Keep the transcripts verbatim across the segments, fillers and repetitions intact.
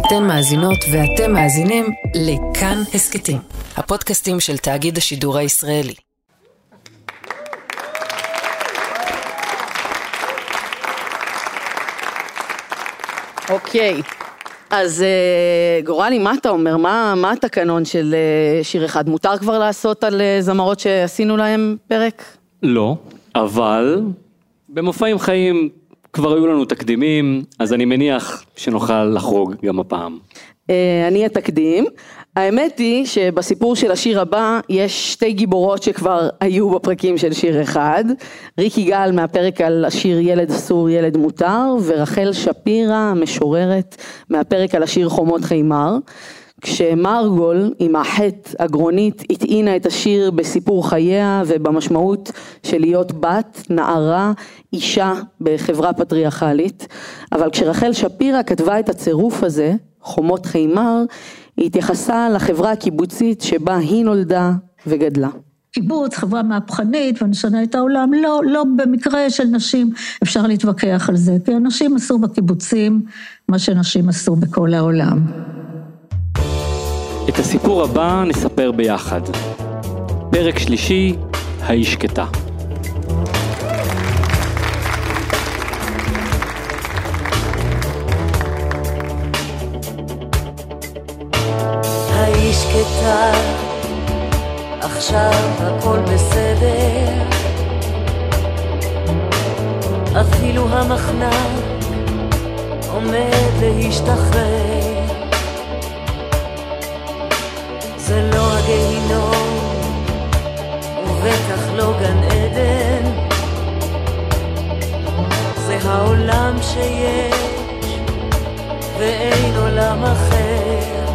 אתן מאזינות ואתם מאזינים לכאן הסקטים, הפודקאסטים של תאגיד השידור הישראלי. אוקיי, אז גורלי, מה אתה אומר? מה, מה התקנון של שיר אחד? מותר כבר לעשות על זמרות שעשינו להם פרק? לא, אבל במופעים חיים כבר היו לנו תקדימים, אז אני מניח שנוכל לחרוג גם הפעם. אני התקדים. האמת היא שבסיפור של השיר הבא יש שתי גיבורות שכבר היו בפרקים של שיר אחד. ריק יגאל מהפרק על השיר ילד אסור ילד מותר, ורחל שפירא המשוררת מהפרק על השיר חומות חימר. כשמרגול עם החטא הגרונית הטעינה את השיר בסיפור חייה ובמשמעות של להיות בת, נערה, אישה בחברה פטריארכלית. אבל כשרחל שפירא כתבה את הצירוף הזה, חומות חימר, היא התייחסה לחברה הקיבוצית שבה היא נולדה וגדלה. קיבוץ, חברה מהפכנית ונשנה את העולם, לא, לא במקרה של נשים אפשר להתווכח על זה, כי אנשים עשו בקיבוצים מה שנשים עשו בכל העולם. את הסיפור הבא נספר ביחד. פרק שלישי, האיש שקטה. האיש שקטה, עכשיו הכל בסדר, אפילו המחנק עומד להשתחרר. זה לא הגיהינום, ובטח לא גן עדן, זה העולם שיש, ואין עולם אחר.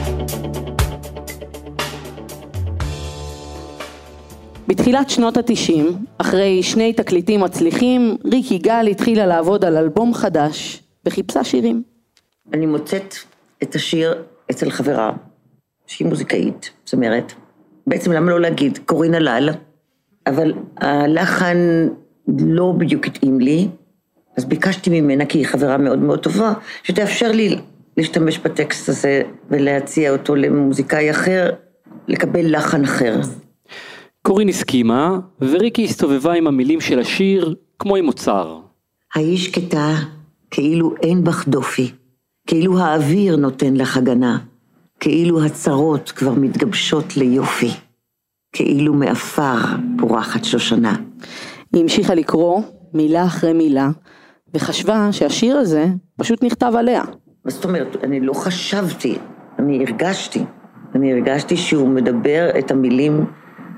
בתחילת שנות התשעים, אחרי שני תקליטים מצליחים, ריק יגאל התחילה לעבוד על אלבום חדש, וחיפשה שירים. אני מוצאת את השיר אצל חברה, שהיא מוזיקאית, זמרת. בעצם למה לא להגיד, קורין הלל, אבל הלחן לא בדיוק התאים לי, אז ביקשתי ממנה, כי היא חברה מאוד מאוד טובה, שתאפשר לי להשתמש בטקסט הזה, ולהציע אותו למוזיקאי אחר, לקבל לחן אחר. קורין הסכימה, וריקי הסתובבה עם המילים של השיר, כמו עם אוצר. האיש שקטה, כאילו אין בך דופי, כאילו האוויר נותן לך הגנה, כאילו הצרות כבר מתגבשות ליופי, כאילו מאפר פורחת שושנה. היא המשיכה לקרוא מילה אחרי מילה, וחשבה שהשיר הזה פשוט נכתב עליה. מה זאת אומרת? אני לא חשבתי, אני הרגשתי. אני הרגשתי שהוא מדבר את המילים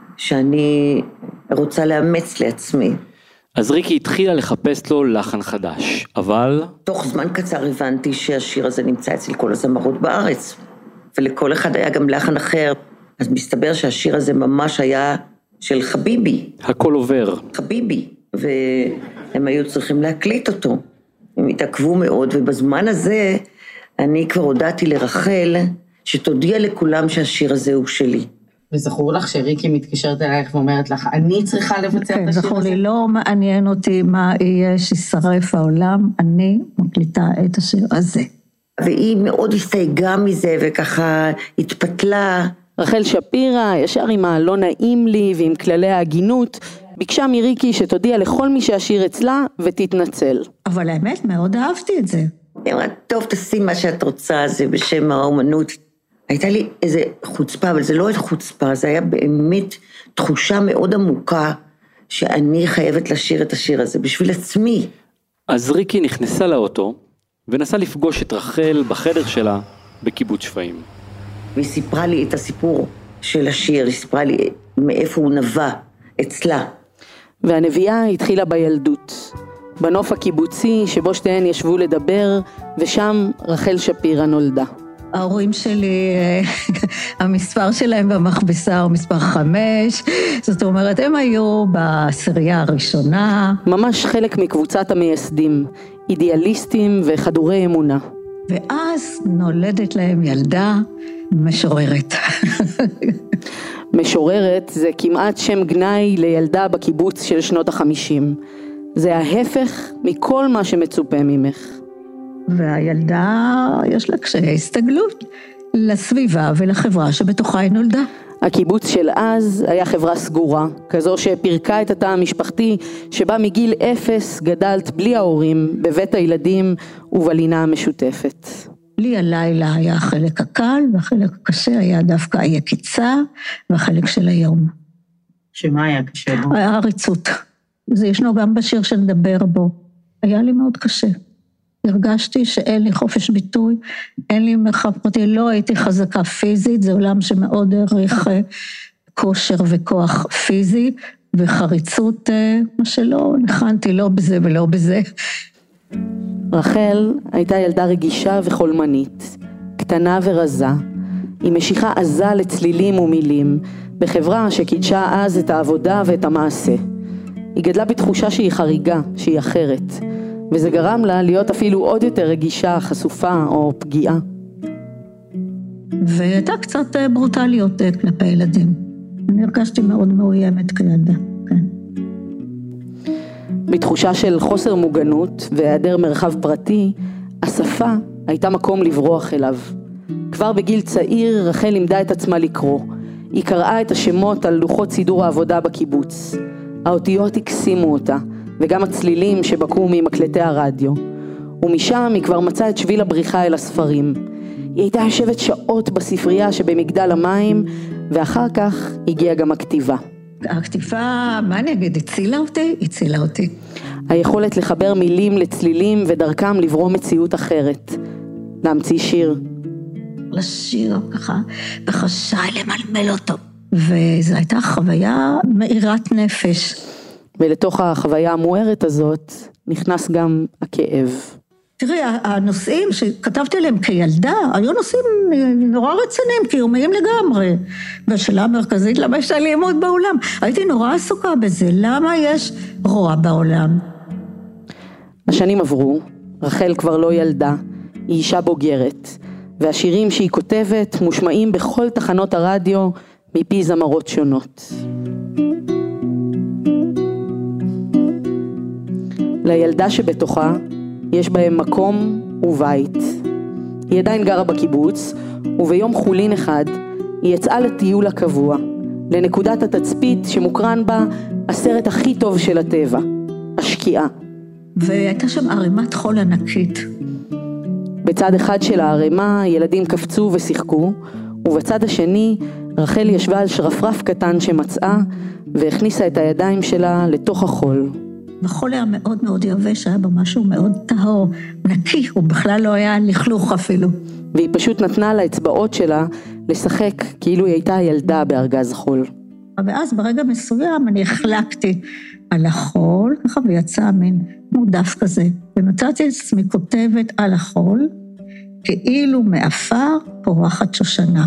שאני רוצה לאמץ לעצמי. אז ריקי התחילה לחפש לו לחן חדש, אבל תוך זמן קצר הבנתי שהשיר הזה נמצא אצל כל הזמרות בארץ, ולכל אחד היה גם לחן אחר. אז מסתבר שהשיר הזה ממש היה של חביבי. הכל עובר. חביבי, והם היו צריכים להקליט אותו. הם התעכבו מאוד, ובזמן הזה אני כבר הודעתי לרחל שתודיע לכולם שהשיר הזה הוא שלי. וזכור לך שריקי מתקשרת אלייך ואומרת לך, אני צריכה לבצע את השיר הזה? זכור לי, לא מעניין אותי מה יהיה שישרף העולם, אני מקליטה את השיר הזה. והיא מאוד הסתייגה מזה, וככה התפתלה. רחל שפירא, ישר עם הלא נעים לי ועם כללי ההגינות, ביקשה מריקי שתודיע לכל מי שהשיר אצלה ותתנצל. אבל האמת, מאוד אהבתי את זה. היא אמרה, טוב, תשים מה שאת רוצה, זה בשם האומנות. הייתה לי איזה חוצפה, אבל זה לא איזה חוצפה, זה היה באמת תחושה מאוד עמוקה, שאני חייבת לשיר את השיר הזה, בשביל עצמי. אז ריקי נכנסה לאוטו, ונסה לפגוש את רחל בחדר שלה, בקיבוץ שפיים. והיא סיפרה לי את הסיפור של השיר, היא סיפרה לי מאיפה הוא נבע, אצלה. והנביאה התחילה בילדות, בנוף הקיבוצי שבו שתיהן ישבו לדבר, ושם רחל שפירא נולדה. ההורים שלי, המספר שלהם במכבסה הוא מספר חמש, זאת אומרת, הם היו בעשירייה הראשונה. ממש חלק מקבוצת המייסדים, אידיאליסטים וחדורי אמונה. ואז נולדת להם ילדה משוררת. משוררת זה כמעט שם גנאי לילדה בקיבוץ של שנות החמישים. זה ההפך מכל מה שמצופה ממך. והילדה יש לה קשיי הסתגלות לסביבה ולחברה שבתוכה היא נולדה. הקיבוץ של אז היה חברה סגורה, כזו שפירקה את התא המשפחתי, שבה מגיל אפס גדלת בלי ההורים, בבית הילדים ובלינה המשותפת. לי הלילה היה החלק הקל, והחלק הקשה היה דווקא היקיצה, והחלק של היום. שמה היה קשה בו? היה הריצות. זה ישנו גם בשיר שנדבר בו. היה לי מאוד קשה. הרגשתי שאין לי חופש ביטוי, אין לי מרחב פרטי, לא הייתי חזקה פיזית, זה עולם שמאוד העריך כושר וכוח פיזי, וחריצות, מה שלא, נחנתי לא בזה ולא בזה. רחל הייתה ילדה רגישה וחולמנית, קטנה ורזה, עם משיכה עזה לצלילים ומילים, בחברה שקידשה אז את העבודה ואת המעשה. היא גדלה בתחושה שהיא חריגה, שהיא אחרת, וזה גרם לה להיות אפילו עוד יותר רגישה, חשופה או פגיעה. והייתה קצת ברוטליות כלפי ילדים. אני הרגשתי מאוד מאוימת כילדה, כן. בתחושה של חוסר מוגנות והיעדר מרחב פרטי, השפה הייתה מקום לברוח אליו. כבר בגיל צעיר רחל לימדה את עצמה לקרוא. היא קראה את השמות על לוחות סידור העבודה בקיבוץ. האותיות הקסימו אותה, וגם הצלילים שבקעו ממקלטי הרדיו. ומשם היא כבר מצאה את שביל הבריחה אל הספרים. היא הייתה יושבת שעות בספרייה שבמגדל המים, ואחר כך הגיעה גם הכתיבה. הכתיבה, מה אני אגיד, הצילה אותי? הצילה אותי. היכולת לחבר מילים לצלילים ודרכם לברוא מציאות אחרת. להמציא שיר. לשיר ככה, בחשאי למלמל אותו. וזו הייתה חוויה מאירת נפש. ולתוך החוויה המוארת הזאת נכנס גם הכאב. תראי, הנושאים שכתבתי עליהם כילדה, היו נושאים נורא רציניים, קיומיים לגמרי. בשאלה המרכזית, למה יש אלימות בעולם? הייתי נורא עסוקה בזה, למה יש רוע בעולם? השנים עברו, רחל כבר לא ילדה, היא אישה בוגרת, והשירים שהיא כותבת מושמעים בכל תחנות הרדיו מפי זמרות שונות. לילדה שבתוכה יש בהם מקום ובית. היא עדיין גרה בקיבוץ, וביום חולין אחד היא יצאה לטיול הקבוע, לנקודת התצפית שמוקרן בה הסרט הכי טוב של הטבע, השקיעה. והייתה שם ערימת חול ענקית. בצד אחד של הערימה ילדים קפצו ושיחקו, ובצד השני רחל ישבה על שרפרף קטן שמצאה, והכניסה את הידיים שלה לתוך החול. החול היה מאוד מאוד יבש, היה בו משהו מאוד טהור, נקי, הוא בכלל לא היה לכלוך אפילו. והיא פשוט נתנה לאצבעות שלה לשחק כאילו היא הייתה ילדה בארגז חול. ואז ברגע מסוים אני החלקתי על החול, ככה ויצא מין מודף כזה, ומצאתי את עצמי כותבת על החול, כאילו מאפר פורחת שושנה.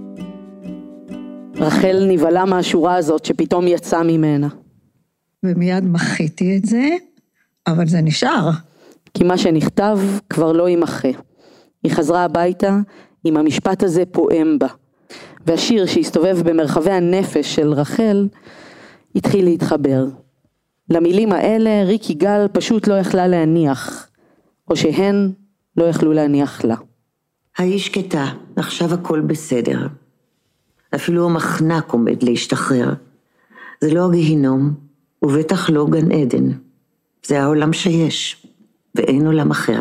רחל נבהלה מהשורה הזאת שפתאום יצא ממנה. ומיד מחיתי את זה, אבל זה נשאר. כי מה שנכתב כבר לא יימחה. היא חזרה הביתה עם המשפט הזה פועם בה. והשיר שהסתובב במרחבי הנפש של רחל התחיל להתחבר. למילים האלה ריק יגאל פשוט לא יכלה להניח, או שהן לא יכלו להניח לה. היי שקטה, עכשיו הכל בסדר. אפילו המחנק עומד להשתחרר. זה לא הגיהינום, ובטח לא גן עדן. זה העולם שיש, ואין עולם אחר.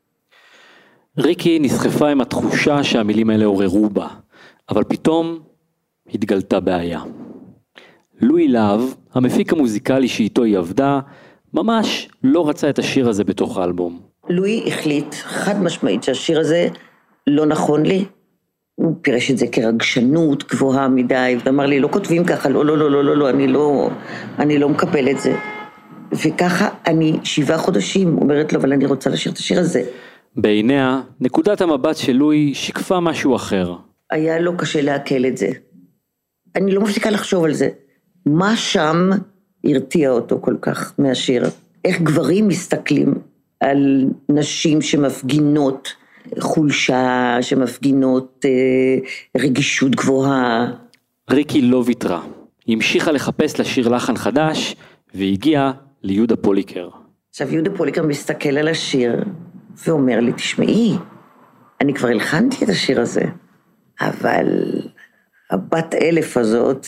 ריקי נסחפה עם התחושה שהמילים האלה עוררו בה, אבל פתאום התגלתה בעיה. לואי להב, המפיק המוזיקלי שאיתו היא עבדה, ממש לא רצה את השיר הזה בתוך האלבום. לואי החליט חד משמעית שהשיר הזה לא נכון לי. הוא פירש את זה כרגשנות גבוהה מדי, ואמר לי, לא כותבים ככה, לא, לא, לא, לא, לא, לא, אני לא, אני לא מקבל את זה. וככה אני שבעה חודשים אומרת לו, אבל אני רוצה לשיר את השיר הזה. בעיניה, נקודת המבט של לואי שיקפה משהו אחר. היה לו קשה להקל את זה. אני לא מפסיקה לחשוב על זה. מה שם הרתיע אותו כל כך מהשיר? איך גברים מסתכלים על נשים שמפגינות חולשה, שמפגינות אה, רגישות גבוהה. ריקי לא ויתרה. היא המשיכה לחפש לשיר לחן חדש, והגיעה ליהודה פוליקר. עכשיו יהודה פוליקר מסתכל על השיר, ואומר לי, תשמעי, אני כבר הלחנתי את השיר הזה, אבל הבת אלף הזאת,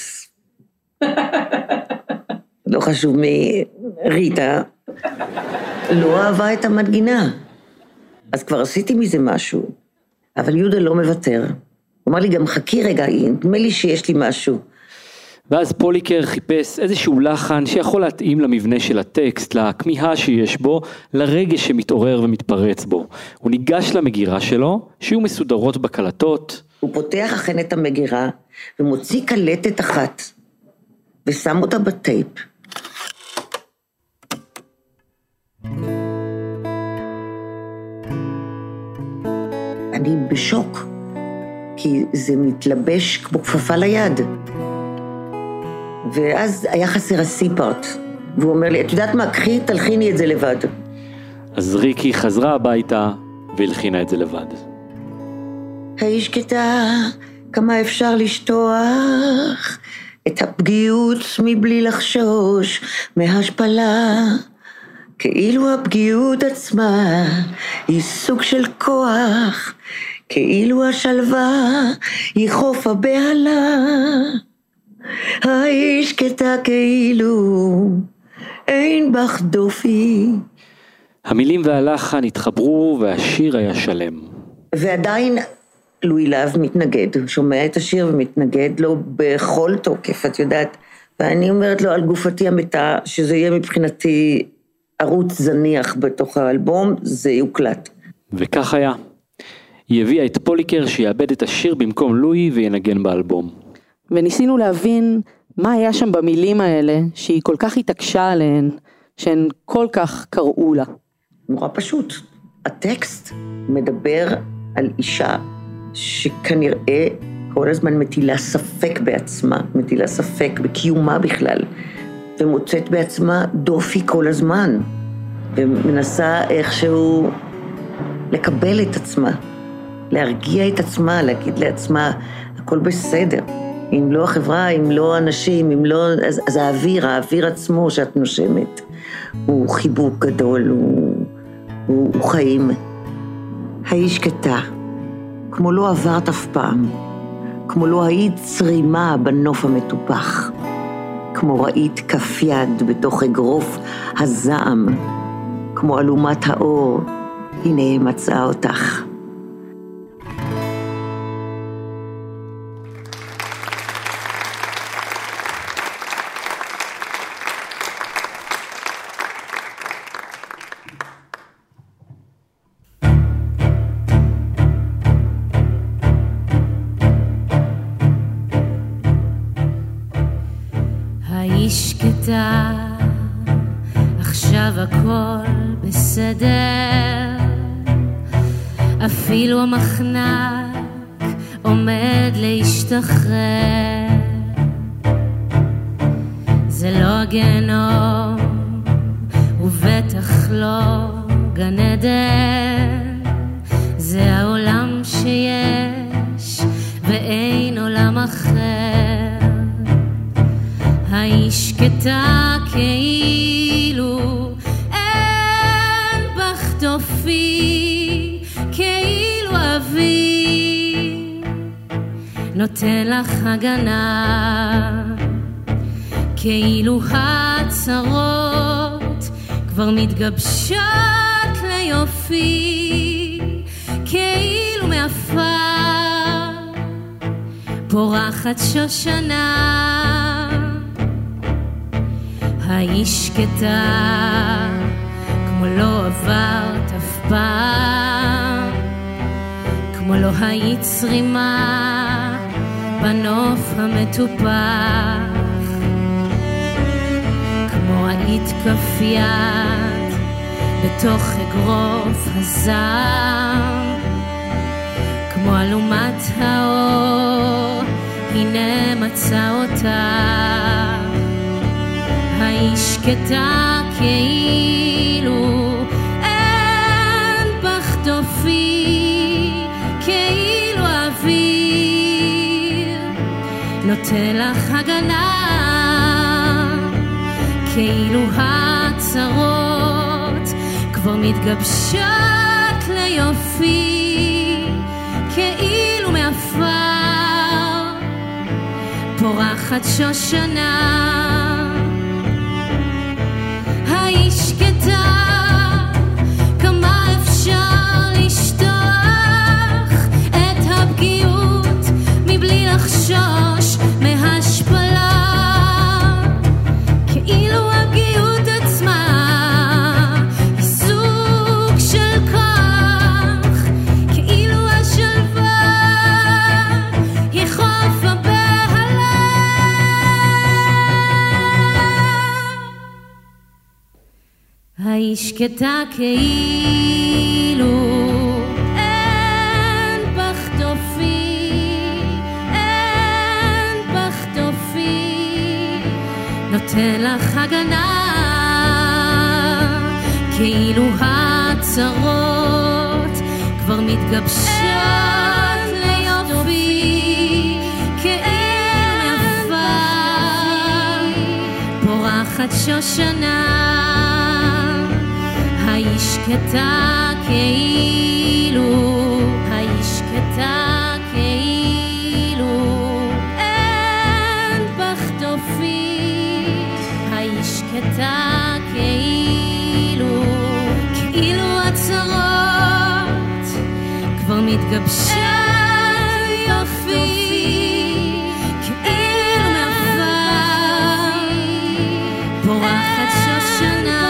לא חשוב מי, ריטה, לא אהבה את המנגינה. אז כבר עשיתי מזה משהו, אבל יהודה לא מוותר. הוא אמר לי, גם חכי רגע, נדמה לי שיש לי משהו. ואז פוליקר חיפש איזשהו לחן שיכול להתאים למבנה של הטקסט, לכמיהה שיש בו, לרגש שמתעורר ומתפרץ בו. הוא ניגש למגירה שלו, שיהיו מסודרות בקלטות. הוא פותח אכן את המגירה, ומוציא קלטת אחת, ושם אותה בטייפ. אני בשוק, כי זה מתלבש כמו כפפה ליד. ואז היה חסר הסיפארט, והוא אומר לי, את יודעת מה, קחי, תלחיני את זה לבד. אז ריקי חזרה הביתה והלחינה את זה לבד. היי שקטה, כמה אפשר לשטוח את הפגיעות מבלי לחשוש מהשפלה, כאילו הפגיעות עצמה היא סוג של כוח, כאילו השלווה היא חוף הבעלה. האיש קטע כאילו אין בך דופי. המילים והלחן התחברו והשיר היה שלם. ועדיין לואי להב מתנגד, הוא שומע את השיר ומתנגד לו בכל תוקף, את יודעת. ואני אומרת לו על גופתי המתה, שזה יהיה מבחינתי ערוץ זניח בתוך האלבום, זה יוקלט. וכך היה. היא הביאה את פוליקר שיאבד את השיר במקום לואי וינגן באלבום. וניסינו להבין מה היה שם במילים האלה, שהיא כל כך התעקשה עליהן, שהן כל כך קראו לה. נורא פשוט. הטקסט מדבר על אישה שכנראה כל הזמן מטילה ספק בעצמה, מטילה ספק בקיומה בכלל, ומוצאת בעצמה דופי כל הזמן, ומנסה איכשהו לקבל את עצמה, להרגיע את עצמה, להגיד לעצמה, הכל בסדר. אם לא החברה, אם לא אנשים, אם לא... אז, אז האוויר, האוויר עצמו שאת נושמת, הוא חיבוק גדול, הוא, הוא, הוא חיים. האיש קטע, כמו לא עברת אף פעם, כמו לא היית צרימה בנוף המטופח, כמו ראית כף יד בתוך אגרוף הזעם, כמו אלומת האור, הנה מצאה אותך. האיש קטע, עכשיו הכל בסדר, אפילו המחנק עומד להשתחרר. זה לא הגיהנום ובטח לא גן עדן, זה העולם שיש ואין עולם אחר. האיש קטע כאילו אין בך דופי, כאילו אוויר נותן לך הגנה, כאילו הצרות כבר מתגבשות ליופי, כאילו מעפר פורחת שושנה. האיש קטע, כמו לא עברת אף פעם, כמו לא היית צרימה בנוף המטופח, כמו היית כף יד בתוך אגרוף הזעם, כמו אלומת האור, הנה מצא אותה. האיש קטע כאילו אין בך דופי, כאילו אוויר נותן לך הגנה, כאילו הצרות כבר מתגבשות יופי כאילו מעפר פורחת שושנה האיש קטע כמה אפשר לשטוח את הפגיעות מבלי לחשוש מהשפלה כאילו הפגיעות עצמה היא סוג של כוח כאילו השלווה היא חוף הבהלה האיש קטע כאילו אין פח תופי אין פח תופי נותן לך הגנה כאילו הצרות כבר מתגבשות ליופי כאין מעפר פורחת שושנה האיש קטע כאילו האיש קטע כאילו אין פח תופי האיש קטע כאילו כאילו הצרות כבר מתגבשות יופי כאילו מעפר פורחת שושנה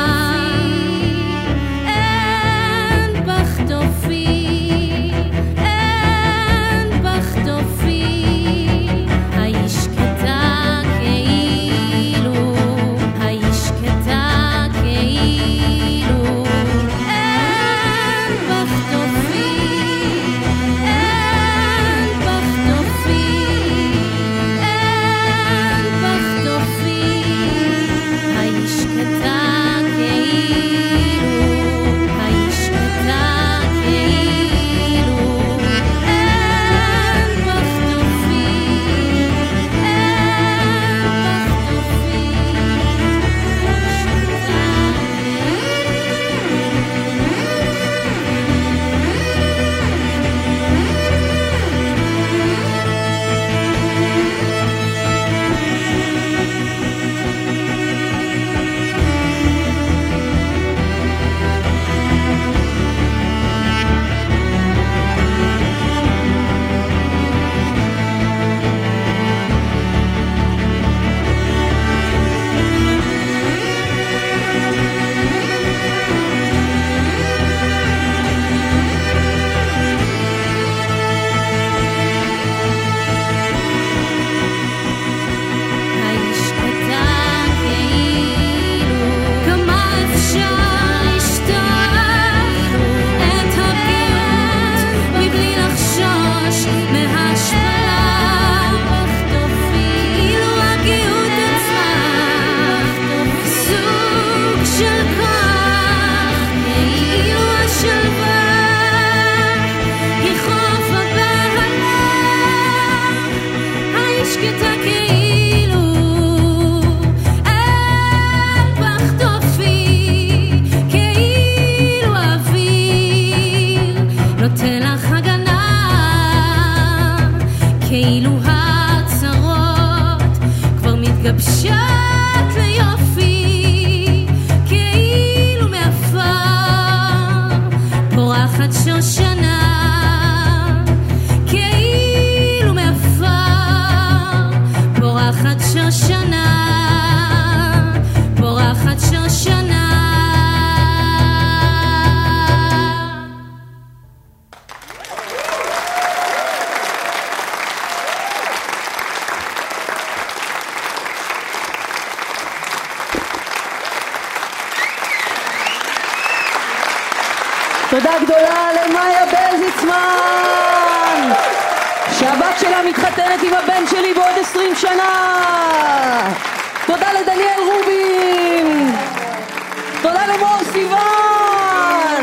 תודה גדולה למאיה בלזיצמן, שהבת שלה מתחתנת עם הבן שלי בעוד עשרים שנה. תודה לדניאל רובין. תודה למור סיוון.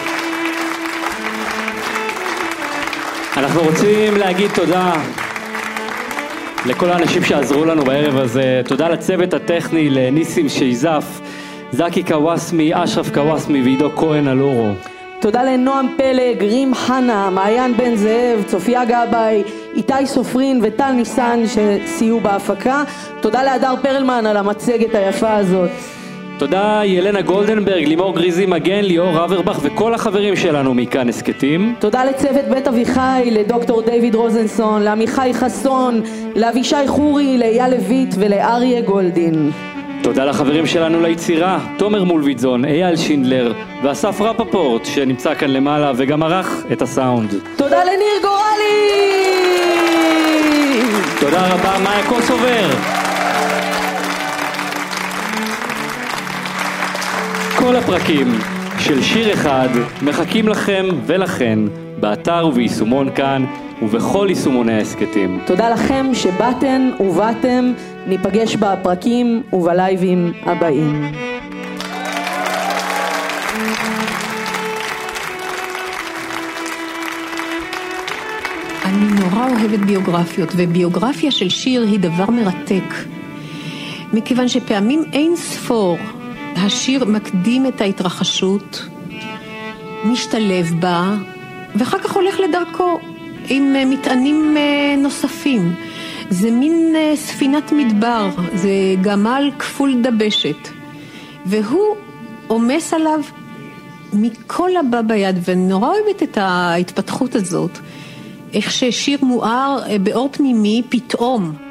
אנחנו רוצים להגיד תודה לכל האנשים שעזרו לנו בערב הזה. תודה לצוות הטכני, לניסים שייזף, זקי קוואסמי, אשרף קוואסמי ועידו כהן על אורו. תודה לנועם פלג, רים חנה, מעיין בן זאב, צופיה גבאי, איתי סופרין וטל ניסן שסייעו בהפקה. תודה להדר פרלמן על המצגת היפה הזאת. תודה ילנה גולדנברג, לימור גריזי מגן, ליאור רברבך וכל החברים שלנו מכאן הסקטים. תודה לצוות בית אביחי, לדוקטור דיוויד רוזנסון, לעמיחי חסון, לאבישי חורי, לאייל לויט ולאריה גולדין. תודה לחברים שלנו ליצירה, תומר מולביטזון, אייל שינדלר ואסף רפפורט שנמצא כאן למעלה וגם ערך את הסאונד. תודה לניר גורלי! תודה רבה מאיה קוסובר. כל הפרקים של שיר אחד מחכים לכם ולכן באתר וביישומון כאן ובכל יישומוני ההסקטים. תודה לכם שבאתם ובאתם, ניפגש בפרקים ובלייבים הבאים. אני נורא אוהבת ביוגרפיות, וביוגרפיה של שיר היא דבר מרתק, מכיוון שפעמים אין ספור השיר מקדים את ההתרחשות, משתלב בה, ואחר כך הולך לדרכו עם מטענים נוספים. זה מין ספינת מדבר, זה גמל כפול דבשת, והוא עומס עליו מכל הבא ביד, ונורא אוהבת את ההתפתחות הזאת, איך ששיר מואר באור פנימי פתאום